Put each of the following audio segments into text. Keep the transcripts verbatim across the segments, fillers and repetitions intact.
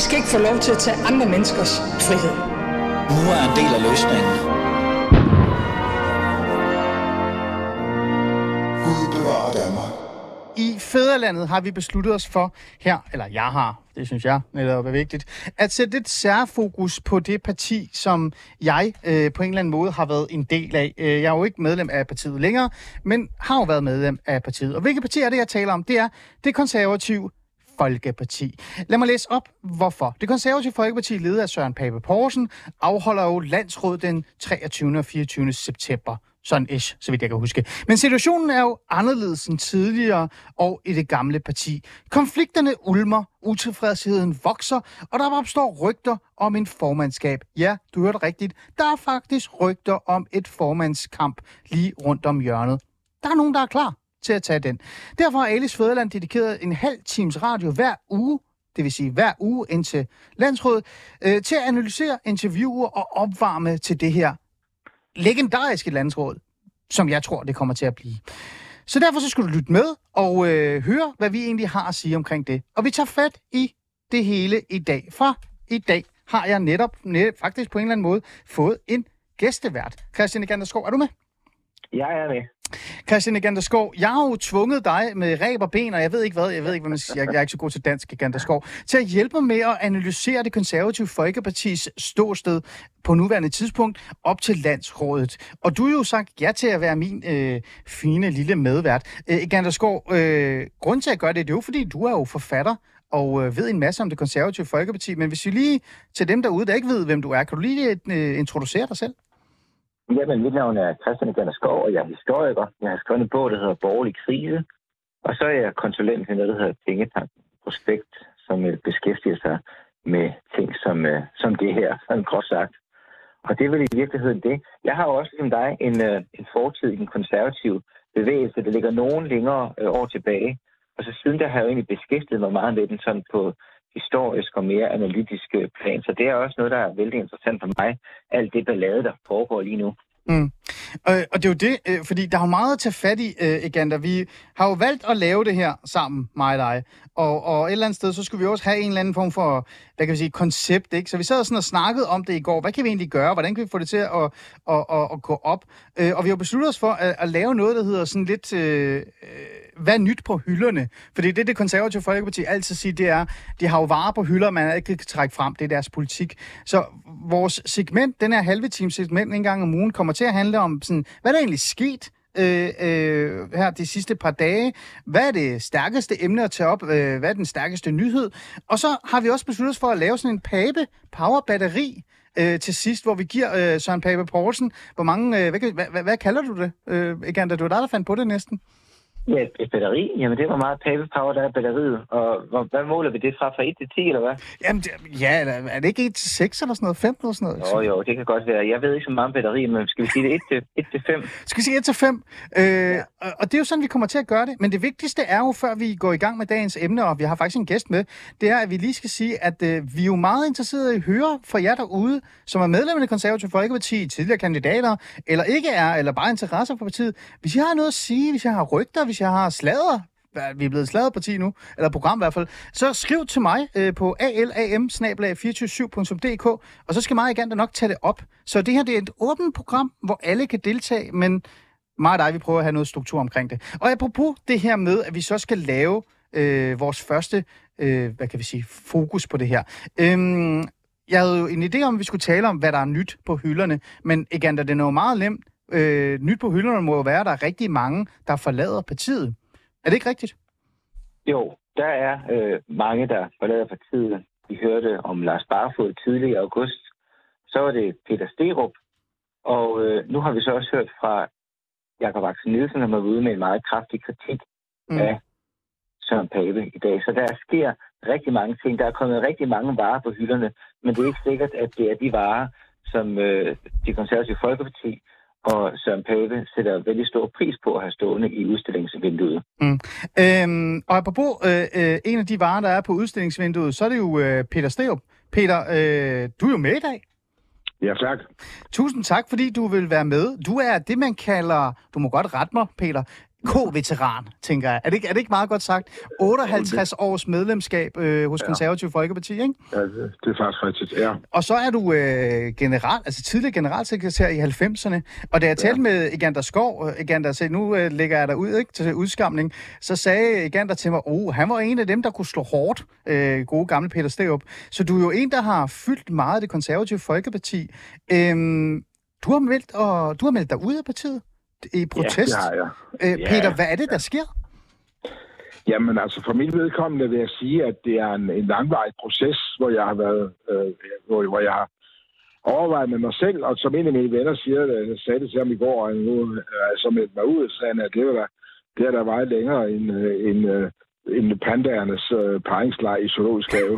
skal ikke få lov til at tage andre menneskers frihed. Nu er en del af løsningen. Gud bevarer Danmark. I Fædrelandet har vi besluttet os for her, eller jeg har, det synes jeg netop er vigtigt, at sætte et særfokus på det parti, som jeg øh, på en eller anden måde har været en del af. Jeg er jo ikke medlem af partiet længere, men har jo været medlem af partiet. Og hvilket parti er det, jeg taler om? Det er det konservative Folkeparti. Lad mig læse op, hvorfor. Det konservative Folkeparti, ledet af Søren Pape Poulsen, afholder jo landsråd den treogtyvende og fireogtyvende september. Sådan ish, så vidt jeg kan huske. Men situationen er jo anderledes end tidligere og i det gamle parti. Konflikterne ulmer, utilfredsheden vokser, og der opstår rygter om en formandskab. Ja, du hørte rigtigt. Der er faktisk rygter om et formandskamp lige rundt om hjørnet. Der er nogen, der er klar til at tage den. Derfor har Alis Fædreland dedikeret en halv times radio hver uge, det vil sige hver uge indtil landsrådet, øh, til at analysere, interviewe og opvarme til det her legendariske landsråd, som jeg tror, det kommer til at blive. Så derfor så skal du lytte med og øh, høre, hvad vi egentlig har at sige omkring det. Og vi tager fat i det hele i dag. For i dag har jeg netop, netop faktisk på en eller anden måde fået en gæstevært. Christian Egander Skov, er du med? Jeg er med. Christian Egander Skov, jeg har jo tvunget dig med ræb og ben, og jeg ved ikke hvad, jeg ved ikke, hvad man siger, jeg er ikke så god til dansk, Egander Skov, til at hjælpe mig med at analysere det konservative Folkepartis ståsted på nuværende tidspunkt op til landsrådet. Og du har jo sagt ja til at være min øh, fine lille medvært. Øh, Egander Skov, øh, grunden til at gøre det, det er jo fordi, du er jo forfatter og øh, ved en masse om det konservative Folkeparti, men hvis vi lige til dem derude, der ikke ved, hvem du er, kan du lige øh, introducere dig selv? Jamen, mit navn er Christian Egander Skov, og jeg er historiker. Jeg har skrevet en bog, der hedder Borgerlig Krise. Og så er jeg konsulent til noget, der hedder Tænketanken Prospekt, som beskæftiger sig med ting som, som det her, sådan groft sagt. Og det er vel i virkeligheden det. Jeg har jo også ligesom dig en, en fortid i den konservative bevægelse, der ligger nogen længere år tilbage. Og så siden der har jeg jo egentlig beskæftiget mig meget med den sådan på historisk og mere analytisk plan. Så det er også noget, der er vældig interessant for mig. Alt det ballade, der foregår lige nu. Mm. Og, og det er jo det, øh, fordi der er jo meget at tage fat i, øh, Egander. Vi har jo valgt at lave det her sammen, mig og dig. Og, og et eller andet sted, så skulle vi også have en eller anden form for, hvad kan vi sige, koncept, ikke? Så vi sad sådan og snakkede om det i går. Hvad kan vi egentlig gøre? Hvordan kan vi få det til at, at, at, at, at gå op? Øh, og vi har besluttet os for at, at lave noget, der hedder sådan lidt, øh, hvad er nyt på hylderne? Fordi det, det konservative Folkeparti altid siger, det er, de har jo varer på hylder, man ikke kan trække frem. Det er deres politik. Så vores segment, den her halve times segment en gang om ugen, kommer til at handle om, sådan, hvad der egentlig sket øh, øh, her de sidste par dage. Hvad er det stærkeste emne at tage op? Øh, hvad er den stærkeste nyhed? Og så har vi også besluttet os for at lave sådan en Pape Power batteri øh, til sidst, hvor vi giver øh, Søren Pape Poulsen, hvor mange, øh, hvad, hvad, hvad, hvad kalder du det, øh, Egander? Du er der, der fandt på det næsten. Ja, et batteri. Jamen, det var meget Pape Power, der er batteriet. Og hvad, hvad måler vi det fra? Fra et til ti, eller hvad? Jamen, det, ja, er det ikke et til seks eller sådan noget? fem eller sådan noget? Jo, jo, det kan godt være. Jeg ved ikke så meget om batteri, men skal vi sige det et til fem? Skal vi sige et til fem? Øh, ja. Og det er jo sådan, vi kommer til at gøre det. Men det vigtigste er jo, før vi går i gang med dagens emne, og vi har faktisk en gæst med, det er, at vi lige skal sige, at øh, vi er jo meget interesserede i at høre fra jer derude, som er medlem af det konservative Folkeparti, tidligere kandidater, eller ikke er, eller bare interesser for partiet. Hvis I har noget at sige, hvis jeg har rygter, hvis jeg har sladder, vi er blevet sladderparti nu, eller program i hvert fald, så skriv til mig øh, på alam snabel-a to fire syv punktum d k, og så skal mig igen nok tage det op. Så det her, det er et åbent program, hvor alle kan deltage, men mig og dig, vi prøver at have noget struktur omkring det. Og apropos det her med, at vi så skal lave øh, vores første, øh, hvad kan vi sige, fokus på det her. Øhm, jeg havde jo en idé om, at vi skulle tale om, hvad der er nyt på hylderne, men Egander, det er noget meget nemt. Øh, nyt på hylderne må jo være, at der er rigtig mange, der forlader partiet. Er det ikke rigtigt? Jo, der er øh, mange, der forlader partiet. Vi hørte om Lars Barfoed tidligere i august. Så var det Peter Sterup. Og øh, nu har vi så også hørt fra Jakob Axel Nielsen, som har været ude med en meget kraftig kritik mm. af Søren Pape i dag. Så der sker rigtig mange ting. Der er kommet rigtig mange varer på hylderne, men det er ikke sikkert, at det er de varer, som øh, det konservative Folkeparti og Søren Pape sætter veldig stor pris på at have stående i udstillingsvinduet. Mm. Øhm, og apropos øh, øh, en af de varer, der er på udstillingsvinduet, så er det jo øh, Peter Sterup. Peter, øh, du er jo med i dag. Ja, tak. Tusind tak, fordi du vil være med. Du er det, man kalder, du må godt rette mig, Peter, K-veteran, tænker jeg. Er det, ikke, er det ikke meget godt sagt? otteoghalvtreds års medlemskab øh, hos ja. Konservative Folkeparti, ikke? Ja, det, det er faktisk rigtigt, ja. Og så er du øh, general, altså tidligere generalsekretær i halvfemserne, og da jeg talte ja. med Egander Skov, Egander sagde, nu øh, lægger jeg dig ud, ikke, til udskamning, så sagde Egander til mig, oh, han var en af dem, der kunne slå hårdt, øh, gode gamle Peter Sterup. Så du er jo en, der har fyldt meget af det Konservative Folkeparti. Øhm, du har meldt, og du har meldt dig ud af partiet i protest. Ja, det har jeg. Øh, Peter, ja. Hvad er det, der sker? Jamen altså, for mit vedkommende vil jeg sige, at det er en, en langvarig proces, hvor jeg har været, øh, hvor, hvor jeg har overvejet med mig selv, og som en af mine venner siger, jeg sagde det til ham i går, og nu er jeg så meldt mig ud, så sagde han, at det var det er der vejet længere end, end, end pandaernes øh, paringslej i zoologisk have.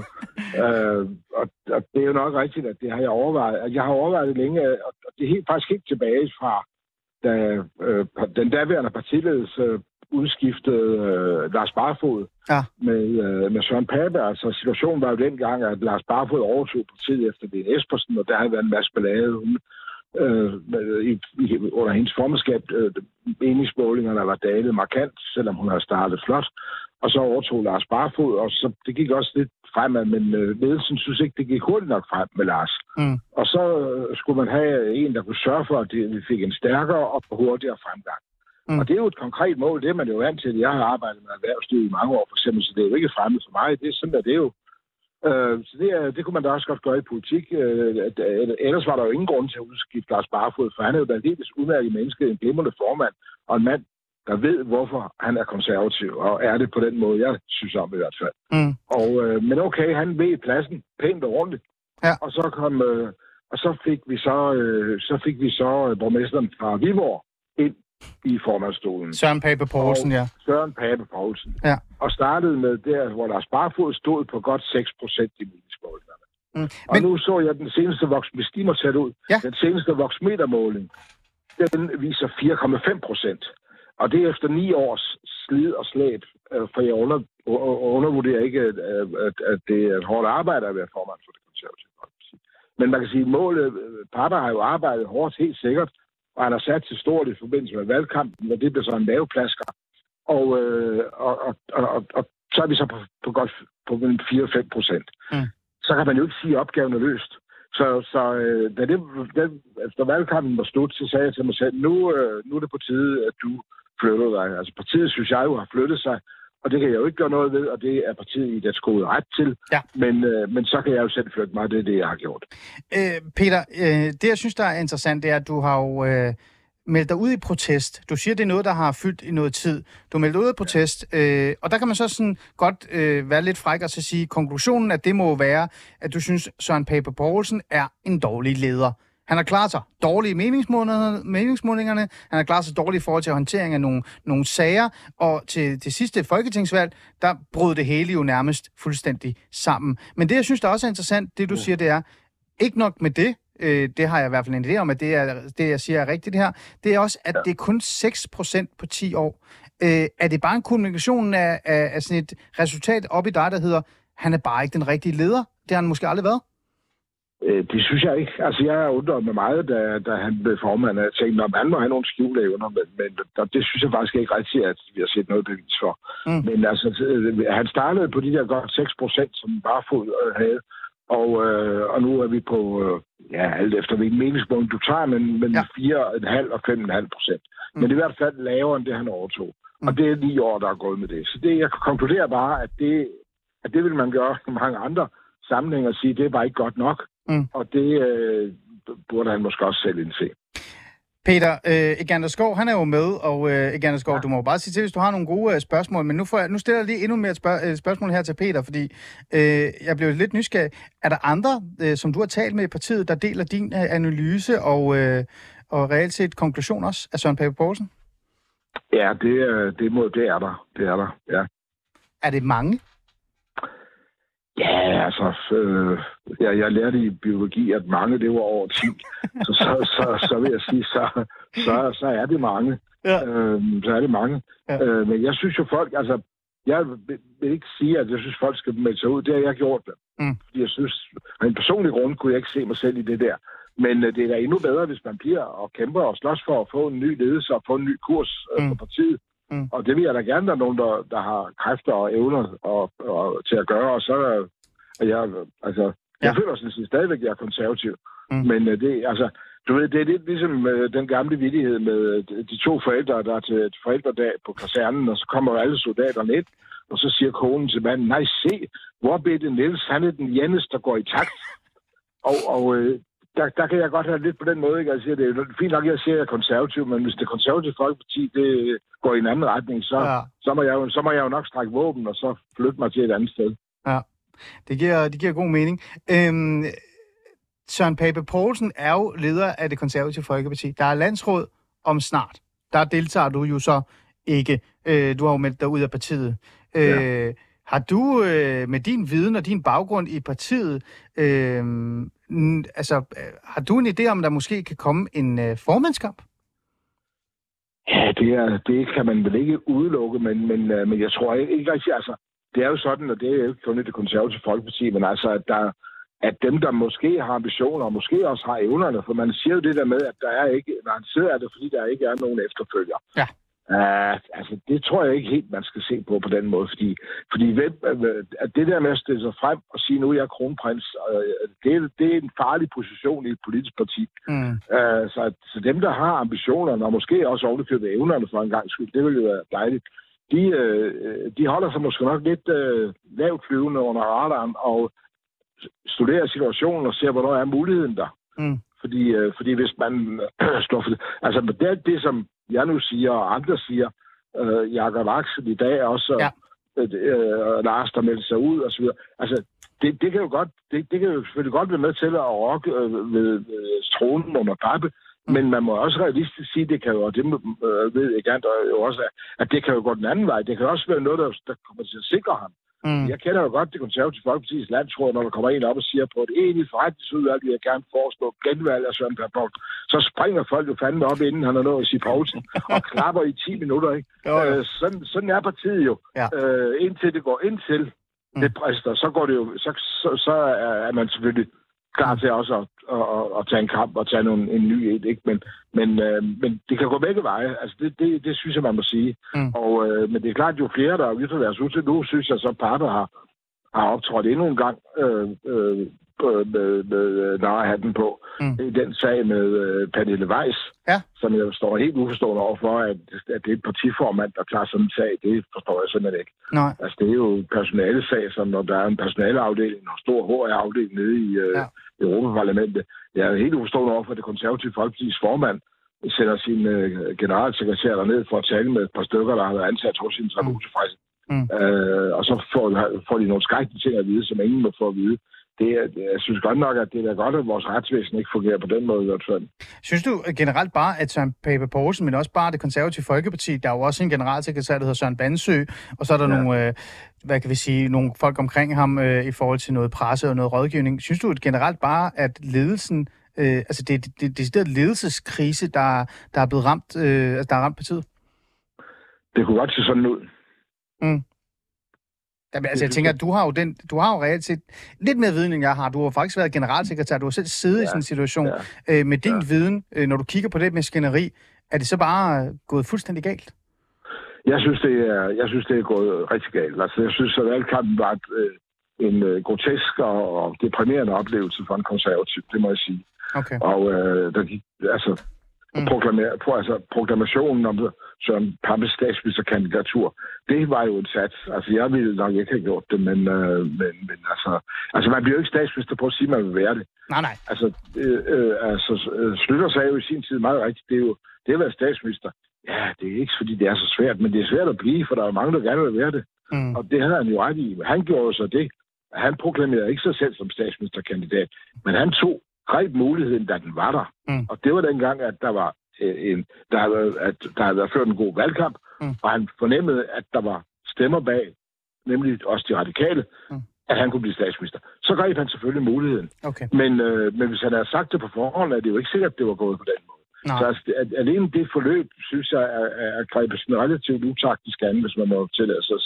øh, og, og det er jo nok rigtigt, at det har jeg overvejet. Jeg har overvejet det længe, og det er helt, faktisk helt tilbage fra, da øh, den daværende partiledelse øh, udskiftede øh, Lars Barfod ja. med, øh, med Søren Pape. Altså situationen var jo dengang, at Lars Barfod overtog partiet efter Lene Espersen, og der havde været en masse ballade. Hun, øh, i, i, under hendes formandskab, øh, meningsmålingerne var dalet markant, selvom hun havde startet flot. Og så overtog Lars Barfod, og så det gik også lidt fremad, men øh, ledelsen synes ikke, det gik hurtigt nok frem med Lars. Mm. Og så øh, skulle man have en, der kunne sørge for, at det, vi fik en stærkere og hurtigere fremgang. Mm. Og det er jo et konkret mål, det er man jo vant til. Jeg har arbejdet med erhvervslivet i mange år, for eksempel, så det er jo ikke fremmed for mig. Det er sådan, at det er jo. Øh, så det, er, det kunne man da også godt gøre i politik. Øh, at, at, ellers var der jo ingen grund til at udskifte Lars Barfod, for han er jo da helt udmærket menneske, en glimrende formand, og en mand, der ved, hvorfor han er konservativ, og er det på den måde, jeg synes om i hvert fald. Mm. Og, øh, men okay, han ved pladsen pænt og ordentligt. Ja. Og så kom, øh, og så fik vi så, øh, så fik vi så øh, borgmesteren fra Viborg ind i formandsstolen. Søren Pape Poulsen, ja. Søren Pape Poulsen. Ja. Og startede med der, hvor Lars Barfod stod på godt seks procent i meningsmålingerne. Mm. Og men... nu så jeg den seneste voks, hvis de må tage ud, ja. Den seneste voksmetermåling, den viser fire komma fem procent. Og det er efter ni års slid og slæb, for jeg under, undervurderer ikke, at, at, at det er et hårdt arbejde at være formand for det konservative Folkeparti. Men man kan sige, at målet, Pape har jo arbejdet hårdt, helt sikkert, og han har sat til stort i forbindelse med valgkampen, og det bliver så en laveplasker. Og, og, og, og, og så er vi så på, på godt på fire til fem procent. Mm. Så kan man jo ikke sige, at opgaven er løst. Så, så da det, det, efter valgkampen var slut, så sagde jeg til mig selv, nu, nu er det på tide, at du flytter dig. Altså partiet, synes jeg jo, har flyttet sig, og det kan jeg jo ikke gøre noget ved, og det er partiet i deres gode ret til. Ja. Men, øh, men så kan jeg jo selv flytte mig, det er det, jeg har gjort. Øh, Peter, øh, det jeg synes, der er interessant, det er, at du har jo øh, meldt dig ud i protest. Du siger, det er noget, der har fyldt i noget tid. Du melder dig ud i protest, øh, og der kan man så sådan godt øh, være lidt fræk og så sige, konklusionen af det må være, at du synes, Søren Pape Poulsen er en dårlig leder. Han har klaret sig dårligt i meningsmålingerne, han har klaret sig dårligt i forhold til håndtering af nogle, nogle sager, og til det sidste folketingsvalg, der brød det hele jo nærmest fuldstændig sammen. Men det, jeg synes, der også er interessant, det du siger, det er, ikke nok med det, øh, det har jeg i hvert fald en idé om, at det, er, det jeg siger er rigtigt her, det er også, at det er kun seks procent på ti år. Øh, er det bare en kommunikation af, af, af sådan et resultat op i dig, der hedder, han er bare ikke den rigtige leder? Det har han måske aldrig været? Det synes jeg ikke. Altså, jeg har undret mig meget, da, da han blev formand. Jeg tænkte, at han må have nogle skjulte evner, men, men det synes jeg faktisk ikke rigtigt, at vi har set noget bevis for. Mm. Men altså, han startede på de der godt seks procent, som Barfod havde, og, øh, og nu er vi på, øh, ja, alt efter hvilken meningsmåling du tager, men, men ja. fire komma fem og fem komma fem procent. Mm. Men det er i hvert fald lavere, end det han overtog. Mm. Og det er ni år, der er gået med det. Så det, jeg konkluderer bare, at det, at det vil man gøre i mange andre sammenhænge og sige, det er bare ikke godt nok. Mm. Og det øh, burde han måske også selv indse. Peter, øh, Egander Skov, han er jo med, og øh, Egander Skov, ja. Du må bare sige til, hvis du har nogle gode øh, spørgsmål, men nu, får jeg, nu stiller jeg lige endnu mere spørg- øh, spørgsmål her til Peter, fordi øh, jeg blev lidt nysgerrig. Er der andre, øh, som du har talt med i partiet, der deler din øh, analyse og, øh, og reelt set konklusion også af Søren Pape Poulsen? Ja, det, det, må, det er der. Det er der, ja. Er det mange? Ja, altså, øh, jeg, jeg lærte i biologi, at mange, det var over ti. så, så, så, så vil jeg sige, så, så, så er det mange. Ja. Øh, så er det mange. Ja. Øh, men jeg synes jo folk, altså, jeg vil, vil ikke sige, at jeg synes, folk skal melde sig ud. Det har jeg gjort det. Mm. Fordi jeg synes, af en personlig grund kunne jeg ikke se mig selv i det der. Men øh, det er da endnu bedre, hvis man bliver og kæmper og slås for at få en ny ledelse og få en ny kurs øh, mm. på partiet. Mm. Og det vil jeg da gerne, der er nogen, der, der har kræfter og evner og, og, til at gøre. Og så er jeg, altså, jeg ja. føler sådan set stadigvæk, at jeg er konservativ. Mm. Men uh, det, altså, du ved, det er lidt ligesom uh, den gamle vittighed med uh, de to forældre, der er til et forældredag på kasernen, og så kommer alle soldaterne ind, og så siger konen til manden, nej, se, hvor bliver det Niels? Han er den Jannes, der går i takt. Og, og uh, der, der kan jeg godt have lidt på den måde, ikke? Jeg siger, det er fint nok, at jeg siger, at jeg er konservativ, men hvis det konservative folkeparti, det går i en anden retning, så, ja. så, må jeg jo, så må jeg jo nok strække våben, og så flytte mig til et andet sted. Ja, det giver, det giver god mening. Øhm, Søren Pape Poulsen er jo leder af det konservative folkeparti. Der er landsråd om snart. Der deltager du jo så ikke. Øh, du har jo meldt dig ud af partiet. Øh, ja. Har du øh, med din viden og din baggrund i partiet, øh, n- altså, øh, har du en idé om, der måske kan komme en øh, formandskamp? Ja, det, er, det kan man vel ikke udelukke, men, men, øh, men jeg tror ikke, ikke rigtig, altså, det er jo sådan, og det er jo ikke kun i det konservative folkeparti, men altså, at, der, at dem, der måske har ambitioner, og måske også har evnerne, for man siger jo det der med, at der er ikke, når han sidder, er det fordi, der ikke er nogen efterfølger. Ja. Uh, altså, det tror jeg ikke helt, man skal se på på den måde, fordi, fordi at det der med at stille sig frem og sige, nu er jeg kronprins, uh, det, det er en farlig position i et politisk parti. Mm. Uh, så, så dem, der har ambitionerne, og måske også ovenikøbet evnerne for en gang skyld, det vil jo være dejligt, de, uh, de holder sig måske nok lidt uh, lavt flyvende under radaren og studerer situationen og ser, hvornår er muligheden der. Mm. Fordi, uh, fordi hvis man uh, slår for det, altså det er det, som jeg nu siger, og andre siger, øh, Jakob Axel i dag også, ja. øh, Lars, der melder sig ud, og så videre. Altså, det, det kan jo godt, det, det kan jo selvfølgelig godt være med til at rokke øh, ved øh, tronen under Pape, mm. men man må også realistisk sige, det kan jo, og det øh, ved jeg gerne, jo også, at det kan jo gå den anden vej. Det kan også være noget, der, der kommer til at sikre ham. Mm. Jeg kender jo godt det konservative folkepartis landsråd, når der kommer en op og siger, på et enigt forretningsudvalg, vil jeg gerne foreslå genvalg af Søren Pape Poulsen. Så springer folk jo fandme op, inden han har nået at sige Poulsen, og klapper i ti minutter, ikke? Jo, jo. Øh, sådan, sådan er partiet jo. Ja. Øh, indtil det går ind til mm. det brister, så går det jo, så, så, så er man selvfølgelig klar til også at, at, at, at tage en kamp og tage nogle, en ny et, ikke? Men, men, øh, men det kan gå begge veje. Altså, det, det, det synes jeg, man må sige. Mm. Og, øh, men det er klart, jo flere, der har ytret deres ud nu, synes jeg, så Pape har, har optrådt endnu en gang øh, øh, med, med narrehatten på. Mm. I den sag med øh, Pernille Weiss, ja. Som jeg står helt uforstående overfor, at, at det er et partiformand, der klarer sådan en sag. Det forstår jeg simpelthen ikke. Nej. Altså, det er jo en personalesag, som når der er en personaleafdeling, en stor H R-afdeling nede i øh, ja. Europaparlamentet. Jeg er helt uforstående overfor, at det konservative folkepartis formand sender sin øh, generalsekretær derned for at tale med et par stykker, der har været ansat hos sin tributefrejse. Mm. Øh, og så får, får de nogle skrækkelige ting at vide, som ingen må få at vide. Det er, jeg synes godt nok, at det er godt, at vores retsvæsen ikke fungerer på den måde i hvert fald. Synes du generelt bare, at Søren Pape Poulsen, men også bare det konservative folkeparti, der er jo også en generalsekretær, der hedder Søren Bandsø, og så er der ja. nogle, øh, hvad kan vi sige, nogle folk omkring ham øh, i forhold til noget presse og noget rådgivning. Synes du generelt bare, at ledelsen, øh, altså det er det, det, det, det ledelseskrise, der, der er blevet ramt, øh, altså der er ramt partiet? Det kunne godt se sådan ud. Mm. Jamen, altså, jeg tænker, at du har jo, den, du har jo reelt set lidt mere viden, end jeg har. Du har faktisk været generalsekretær. Du har selv siddet ja, i sådan en situation. Ja, øh, med din ja. viden, øh, når du kigger på det med skænderi, er det så bare gået fuldstændig galt? Jeg synes, det er, jeg synes, det er gået rigtig galt. Altså, jeg synes, at valgkampen var et, øh, en øh, grotesk og, og deprimerende oplevelse for en konservativ, det må jeg sige. Okay. Og øh, der gik, altså... Mm. Proklamer, altså, proklamationen om Søren Papes statsministerkandidatur, det var jo en sats. Altså, jeg ville nok ikke have gjort det, men, øh, men, men altså, altså, man bliver jo ikke statsminister på at sige, at man vil være det. Nej, nej. Altså, øh, øh, altså øh, Slytter sagde jo i sin tid meget rigtigt, det er jo det at være statsminister. Ja, det er ikke, fordi det er så svært, men det er svært at blive, for der er mange, der gerne vil være det. Mm. Og det havde han jo ret i. Han gjorde så det. Han proklamerede ikke sig selv som statsministerkandidat, men han tog greb muligheden, da den var der. Mm. Og det var dengang, at der var en, der havde, at der havde været ført en god valgkamp, mm. og han fornemmede, at der var stemmer bag, nemlig også de radikale, mm. at han kunne blive statsminister. Så greb han selvfølgelig muligheden. Okay. Men, øh, men hvis han havde sagt det på forhånd, er det jo ikke sikkert, at det var gået på den måde. Nej. Så altså, at, alene det forløb, synes jeg, er, er grebet sådan relativt utaktisk an, hvis man må tillade sig at sige det.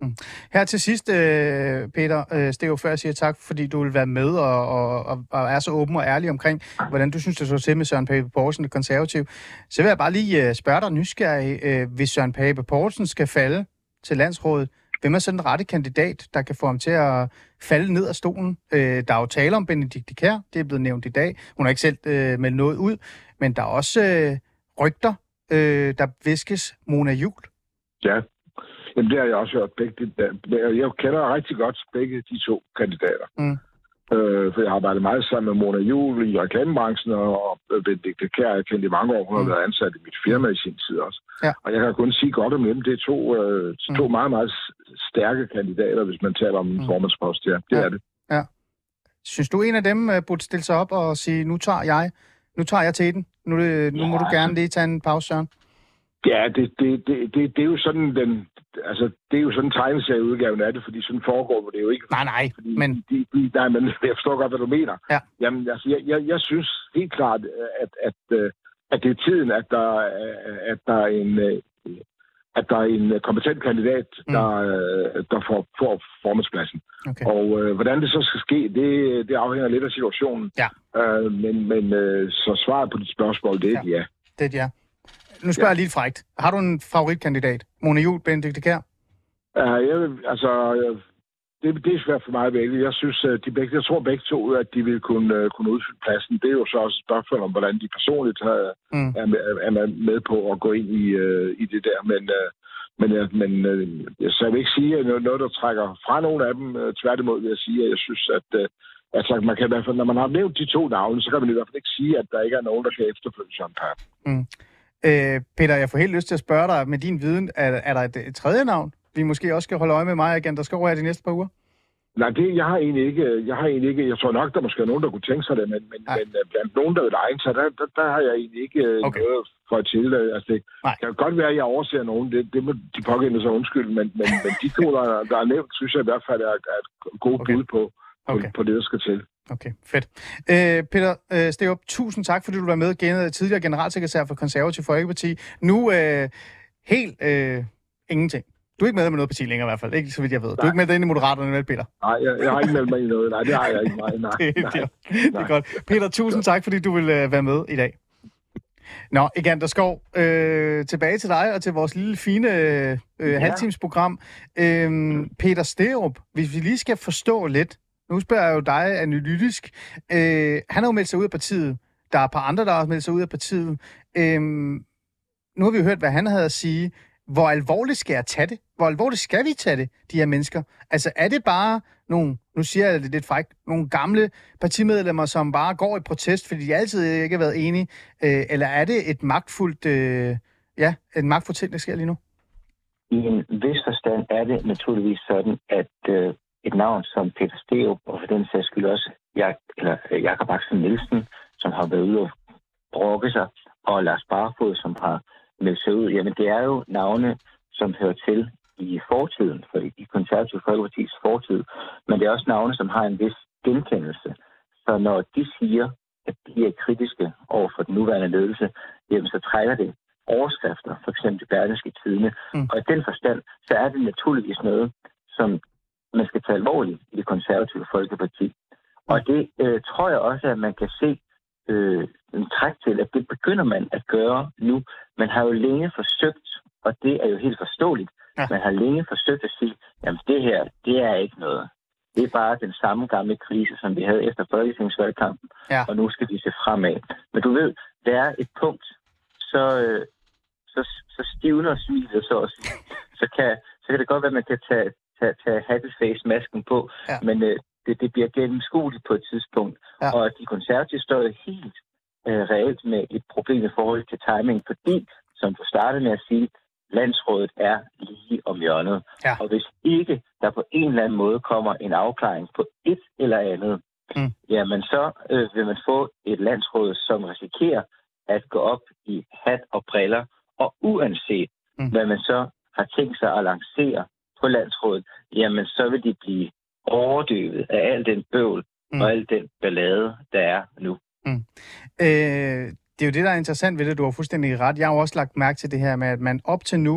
Mm. Her til sidst, øh, Peter øh, Sterup, før jeg siger tak, fordi du vil være med og, og, og, og er så åben og ærlig omkring, hvordan du synes, det så til med Søren Pape Poulsen, det konservative. Så vil jeg bare lige øh, spørge dig nysgerrig, øh, hvis Søren Pape Poulsen skal falde til landsrådet, hvem er så den rette kandidat, der kan få ham til at falde ned af stolen? Øh, der er jo tale om Benedikte Kjær, det er blevet nævnt i dag. Hun har ikke selv øh, meldt noget ud, men der er også øh, rygter, øh, der viskes Mona Juul. Ja, jamen det har jeg også hørt. Begge, jeg kender rigtig godt begge de to kandidater. Mm. Øh, for jeg har arbejdet meget sammen med Mona Juul i reklamebranchen, og Benedikte Kjær, jeg kendte i mange år. Hun har mm. været ansat i mit firma i sin tid også. Ja. Og jeg kan kun sige godt om dem. Det er to, øh, to mm. meget, meget stærke kandidater, hvis man taler om en mm. formandspost. Ja, det ja. er det. Ja. Synes du, en af dem uh, burde stille sig op og sige, nu tager jeg, nu tager jeg til den. Nu, det, nu ja. må du gerne lige tage en pause, Søren. Ja, det, det, det, det, det er jo sådan den, altså det er jo sådan en tegneserieudgaven af det, fordi sådan foregår det jo ikke. Nej, nej, fordi, men... De, de, nej, men jeg forstår godt, hvad du mener. Ja. Jamen, altså, jeg, jeg, jeg synes helt klart, at, at, at det er tiden, at der, at der er en, at der er en kompetent kandidat, mm. der, der får, får formandspladsen. Okay. Og øh, hvordan det så skal ske, det, det afhænger lidt af situationen. Ja. Øh, men men øh, så svaret på dit spørgsmål, det er ja. ja. Det er ja. Nu spørger ja. jeg lige frækt. Har du en favoritkandidat? Mona Juul, Benedikte Kjær? Uh, jeg, altså, det, det er svært for mig at vælge. Jeg synes, de begge, jeg tror begge to, at de vil kunne, uh, kunne udfylde pladsen. Det er jo så også et spørgsmål om, hvordan de personligt uh, mm. er, med, er med på at gå ind i, uh, i det der. Men, uh, men, uh, men uh, så jeg vil ikke sige noget, noget der trækker fra nogle af dem. Uh, tværtimod vil jeg sige, at jeg synes, at uh, altså, man kan i hvert fald, når man har nævnt de to navne, så kan man i hvert fald ikke sige, at der ikke er nogen, der kan efterfølge Søren Pape. Mm. Øh, Peter, jeg får helt lyst til at spørge dig med din viden. Er, er der et, et tredje navn, vi måske også skal holde øje med mig igen, der skal over her de næste par uger? Nej, det, jeg har egentlig ikke. Jeg har egentlig ikke. Jeg tror nok, der måske er nogen, der kunne tænke sig det, men, men, ja. men blandt nogen, der vil egne sig, der, der, der har jeg egentlig ikke okay. noget for at til. Altså, det Nej. kan godt være, at jeg overser nogen. Det, det må de pågældende så undskylde, men, men, men de to, der, der er nævnt, synes jeg i hvert fald er, er et godt okay. bud på, okay. på, på det, der skal til. Okay, fedt. Øh, Peter øh, Sterup, tusind tak, fordi du var med, gen- tidligere generalsekretær for Konservativ Folkeparti. Nu øh, helt øh, ingenting. Du er ikke med med noget parti længere i hvert fald, ikke så vidt jeg ved. Nej. Du er ikke med dig inde i Moderaterne, vel, Peter? Nej, jeg, jeg har ikke meldt mig i noget. Nej, det har jeg ikke. Nej, nej, det, nej, det, er, det er godt. Peter, tusind tak, fordi du vil øh, være med i dag. Nå, Egander Skov, øh, tilbage til dig og til vores lille fine øh, ja. halvtimesprogram. Øh, Peter Sterup, hvis vi lige skal forstå lidt, nu spørger jeg jo dig analytisk. Øh, han har jo meldt sig ud af partiet. Der er et par andre, der har meldt sig ud af partiet. Øh, nu har vi jo hørt, hvad han havde at sige. Hvor alvorligt skal jeg tage det? Hvor alvorligt skal vi tage det, de her mennesker? Altså, er det bare nogle, nu siger jeg det lidt frækt, nogle gamle partimedlemmer, som bare går i protest, fordi de altid ikke har været enige? Øh, eller er det et magtfuldt, øh, ja, et magtfuldt ting, der sker lige nu? I en vis forstand er det naturligvis sådan, at øh, et navn som Peter Sterup, og for den sags skyld også Jak, eller, øh, Jakob Axel Nielsen, som har været ude og brokke sig, og Lars Barfod, som har meldt sig ud, jamen det er jo navne, som hører til i fortiden, for i Konservativ Folkepartis fortid, men det er også navne, som har en vis genkendelse. Så når de siger, at de er kritiske over for den nuværende ledelse, jamen så trækker det overskrifter, for eksempel Berlingske Tidende, mm. og i den forstand, så er det naturligvis noget, som man skal tage alvorligt i det Konservative Folkeparti. Og det øh, tror jeg også, at man kan se øh, en træk til, at det begynder man at gøre nu. Man har jo længe forsøgt, og det er jo helt forståeligt, ja. man har længe forsøgt at sige, jamen det her, det er ikke noget. Det er bare den samme gamle krise, som vi havde efter folketingsvalgkampen, ja. og nu skal vi se fremad. Men du ved, der er et punkt, så, øh, så, så stivner smilet, så også. Så kan, så kan det godt være, at man kan tage, tage, tage happy-face-masken på, ja. men øh, det, det bliver gennemskueligt på et tidspunkt. Ja. Og de konservative står jo helt øh, reelt med et problem i forhold til timing, fordi, som du startede med at sige, landsrådet er lige om hjørnet. Ja. Og hvis ikke der på en eller anden måde kommer en afklaring på et eller andet, mm. jamen så øh, vil man få et landsråd, som risikerer at gå op i hat og briller, og uanset mm. hvad man så har tænkt sig at lancere på landsrådet, jamen så vil de blive overdøvet af al den bøvl mm. og al den ballade, der er nu. Mm. Øh... Det er jo det, der er interessant ved det. Du har fuldstændig ret. Jeg har jo også lagt mærke til det her med, at man op til nu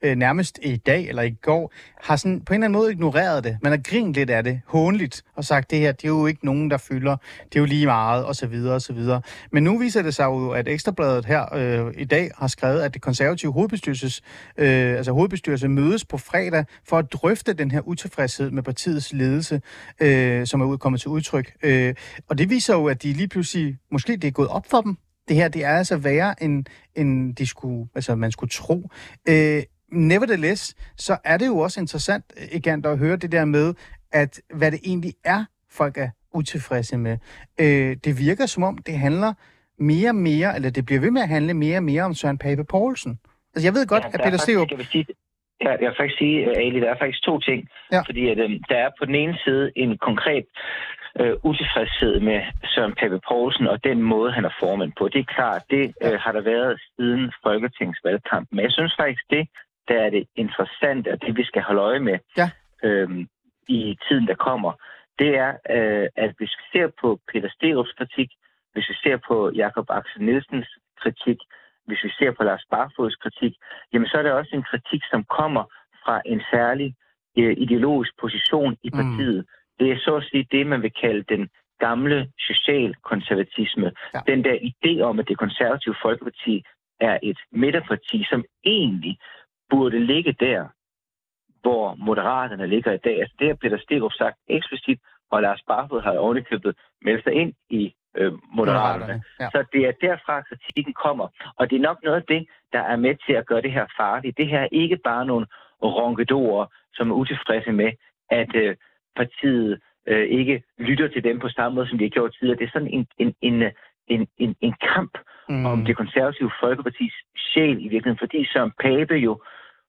øh, nærmest i dag eller i går, har sådan på en eller anden måde ignoreret det. Man har grint lidt af det, hånligt, og sagt, det her, det er jo ikke nogen, der fylder. Det er jo lige meget, og så videre, og så videre. Men nu viser det sig jo, at Ekstrabladet her øh, i dag har skrevet, at det konservative hovedbestyrelses, øh, altså hovedbestyrelse mødes på fredag for at drøfte den her utilfredshed med partiets ledelse, øh, som er udkommet til udtryk. Øh, og det viser jo, at de lige pludselig, måske det er gået op for dem. Det her, det er altså værre, end, end de skulle, altså, man skulle tro. Øh, nevertheless, så er det jo også interessant, igen, at høre det der med, at hvad det egentlig er, folk er utilfredse med. Øh, det virker som om, det handler mere og mere, eller det bliver ved med at handle mere og mere om Søren Pape Poulsen. Altså, jeg ved godt, ja, at Peter Sterup... Ja, jeg vil faktisk sige, Ali, der er faktisk to ting. Ja. Fordi at, øh, der er på den ene side en konkret øh, utilfredshed med Søren Pape Poulsen og den måde, han er formand på. Det er klart, det øh, har der været siden folketingsvalgkampen. Men jeg synes faktisk, det der er det interessante, og det vi skal holde øje med ja. øh, i tiden, der kommer, det er, øh, at hvis vi ser på Peter Sterups kritik, hvis vi ser på Jakob Axel Nielsens kritik, hvis vi ser på Lars Barfoeds kritik, jamen så er der også en kritik, som kommer fra en særlig øh, ideologisk position i partiet. Mm. Det er så at sige det, man vil kalde den gamle socialkonservatisme. Ja. Den der idé om, at det konservative Folkeparti er et midterparti, som egentlig burde ligge der, hvor Moderaterne ligger i dag. Altså det har Peter Sterup sagt eksplicit, og Lars Barfod har ovenikøbet meldt sig ind i øh, Moderaterne. Ja. Så det er derfra, kritikken kommer. Og det er nok noget af det, der er med til at gøre det her farligt. Det her er ikke bare nogle ronkedorer, som er utilfredse med, at øh, partiet øh, ikke lytter til dem på samme måde, som de har gjort tidligere. Det er sådan en, en, en, en, en, en kamp mm. om det konservative Folkepartis sjæl i virkeligheden, fordi Søren Pape jo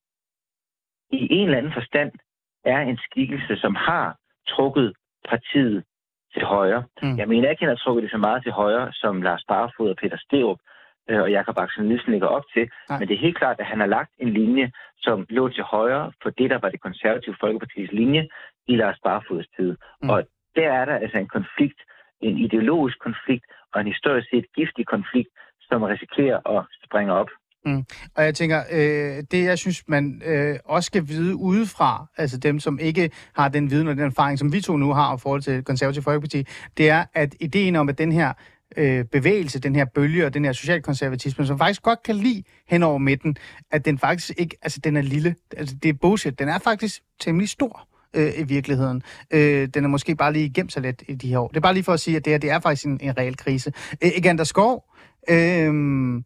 i en eller anden forstand er en skikkelse, som har trukket partiet til højre. Mm. Jeg mener ikke, at han har trukket det så meget til højre, som Lars Barfod og Peter Sterup øh, og Jakob Axel Nielsen ligger op til. Nej. Men det er helt klart, at han har lagt en linje, som lå til højre for det, der var det konservative Folkepartis linje i Lars Barfods tid. Mm. Og der er der altså en konflikt, en ideologisk konflikt og en historisk set giftig konflikt, som risikerer at springe op. Mm. Og jeg tænker, øh, det jeg synes, man øh, også skal vide udefra, altså dem, som ikke har den viden og den erfaring, som vi to nu har i forhold til Konservative Folkeparti, det er, at ideen om, at den her øh, bevægelse, den her bølge og den her socialkonservatisme, som faktisk godt kan lide hen over midten, at den faktisk ikke, altså den er lille, altså det er bullshit, den er faktisk temmelig stor øh, i virkeligheden. Øh, den er måske bare lige gemt sig lidt i de her år. Det er bare lige for at sige, at det her, det er faktisk en, en reel krise. Øh, Egander Skov, øh,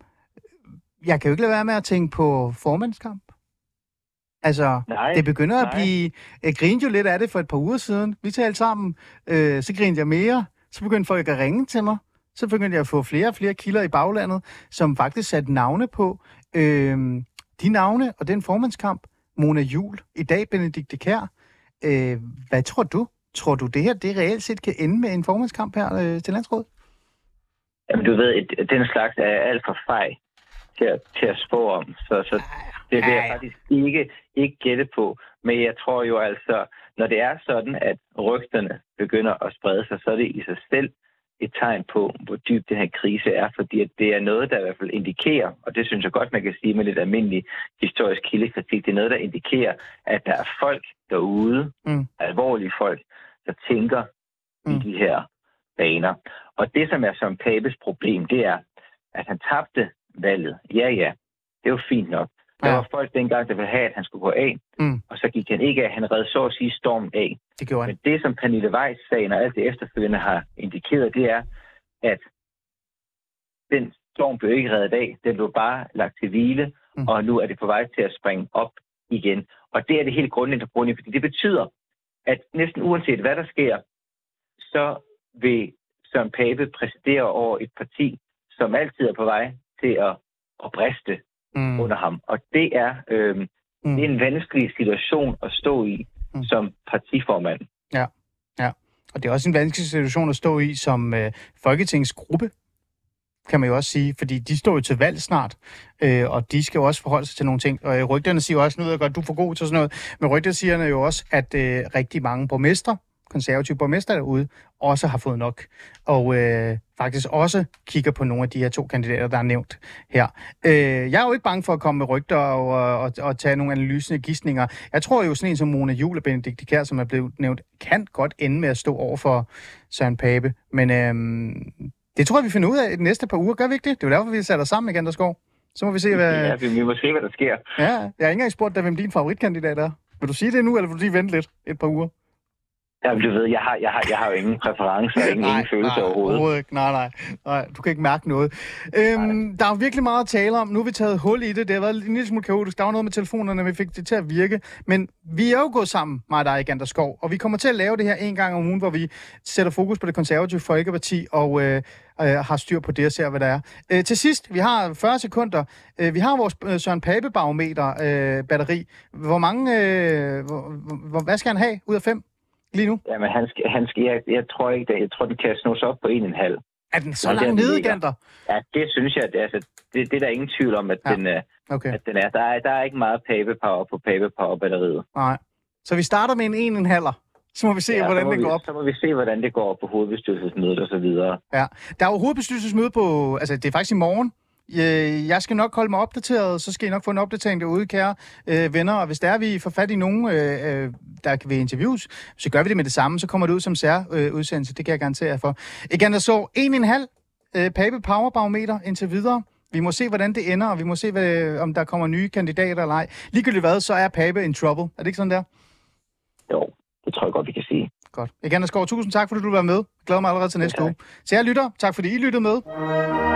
jeg kan jo ikke lade være med at tænke på formandskamp. Altså, nej, det begynder nej. at blive... Jeg grinede jo lidt af det for et par uger siden. Vi talte sammen, øh, så grinede jeg mere. Så begyndte folk at ringe til mig. Så begyndte jeg at få flere og flere kilder i baglandet, som faktisk satte navne på. Øh, de navne og den formandskamp. Mona Juul, i dag Benedikte Kjær. Øh, hvad tror du? Tror du, det her det reelt set kan ende med en formandskamp her øh, til landsrådet? Jamen, du ved, et, den slags er alt for fej til at, til at spå om, så, så det vil jeg faktisk ikke, ikke gætte på. Men jeg tror jo altså, når det er sådan, at rygterne begynder at sprede sig, så er det i sig selv et tegn på, hvor dyb den her krise er, fordi at det er noget, der i hvert fald indikerer, og det synes jeg godt, man kan sige med lidt almindelig historisk kildekritik, det er noget, der indikerer, at der er folk derude, mm. alvorlige folk, der tænker mm. i de her baner. Og det, som er som Papes problem, det er, at han tabte valget. Ja, ja. Det var fint nok. Der ja. var folk dengang, der ville have, at han skulle gå af, mm. og så gik han ikke af. Han redde så at sige stormen af. Det gjorde han. Men det, som Pernille Weiss-sagen og alt det efterfølgende har indikeret, det er, at den storm blev ikke reddet af. Den blev bare lagt til hvile, mm. og nu er det på vej til at springe op igen. Og det er det helt grundlæggende problem, fordi det betyder, at næsten uanset hvad der sker, så vil Søren Pape præsidere over et parti, som altid er på vej til at, at briste mm. under ham. Og det er, øh, mm. det er en vanskelig situation at stå i mm. som partiformand. Ja, ja. Og det er også en vanskelig situation at stå i som øh, folketingsgruppe, kan man jo også sige, fordi de står jo til valg snart, øh, og de skal jo også forholde sig til nogle ting. Og rygterne siger også, nu ved jeg godt, du er for god til sådan noget, men rygterne siger jo også, at øh, rigtig mange borgmestre konservative borgmester derude også har fået nok, og øh, faktisk også kigger på nogle af de her to kandidater, der er nævnt her. Øh, jeg er jo ikke bange for at komme med rygter og, og, og tage nogle analysende gidsninger. Jeg tror jo, sådan en som Mona Juul og Benedikte Kiær, som er blevet nævnt, kan godt ende med at stå over for Søren Pape, men øh, det tror jeg, vi finder ud af i de næste par uger. Gør vi ikke det? Det er jo derfor, vi sætter sammen igen, der skov. Så må vi se, hvad... Ja, vi, vi må se, hvad der sker. Ja, jeg har ikke engang spurgt dig, hvem din favoritkandidat er. Vil du sige det nu, eller vil du lige vente lidt et par uger? Ja, du ved, jeg har, jeg har, jeg har jo ingen præferencer og ingen, nej, ingen følelse nej, overhovedet. overhovedet ikke. Nej, nej, nej. Du kan ikke mærke noget. Øhm, der er jo virkelig meget at tale om. Nu har vi taget hul i det. Det har været en lille smule kaotisk. Der var noget med telefonerne, vi fik det til at virke. Men vi er jo gået sammen, mig og dig, Gander Skov. Og vi kommer til at lave det her en gang om ugen, hvor vi sætter fokus på det konservative Folkeparti og øh, øh, har styr på det og ser, hvad der er. Øh, til sidst, vi har fyrre sekunder. Øh, vi har vores øh, Søren Pape-barometer øh, batteri. Hvor mange... Øh, hvor, hvor, hvad skal han have ud af fem? Lige nu? Jamen, han skal, han skal, jeg, jeg tror ikke, det, jeg tror, den kan snås op på en og en halv. Er den så langt nede, Gander? Ja, det synes jeg, det, altså, det, det er der ingen tvivl om, at, ja. den, okay. at den er. Der er, der er ikke meget pape-power på pape-power-batteriet. Nej. Så vi starter med en en og en halver. Så må vi se, ja, hvordan det vi, går op. Så må vi se, hvordan det går på hovedbestyrelsesmødet og så videre. Ja. Der er jo hovedbestyrelsesmøde på... Altså, det er faktisk i morgen. Jeg skal nok holde mig opdateret, så skal I nok få en opdatering derude, kære øh, venner. Og hvis der er, vi får fat i nogen, øh, der kan være interviews, så gør vi det med det samme. Så kommer det ud som særudsendelse. Det kan jeg garantere jer for. Igen, der så en og en halv øh, Pape Power Barometer indtil videre. Vi må se, hvordan det ender, og vi må se, hvad, om der kommer nye kandidater eller ej. Ligegyldigt hvad, så er Pape in trouble. Er det ikke sådan der? Jo, det tror jeg godt, vi kan sige. Godt. Igen, der Skov, tusind tak, fordi du var med. Jeg glæder mig allerede til næste uge. Så jeg lytter. Tak, fordi I lyttede med.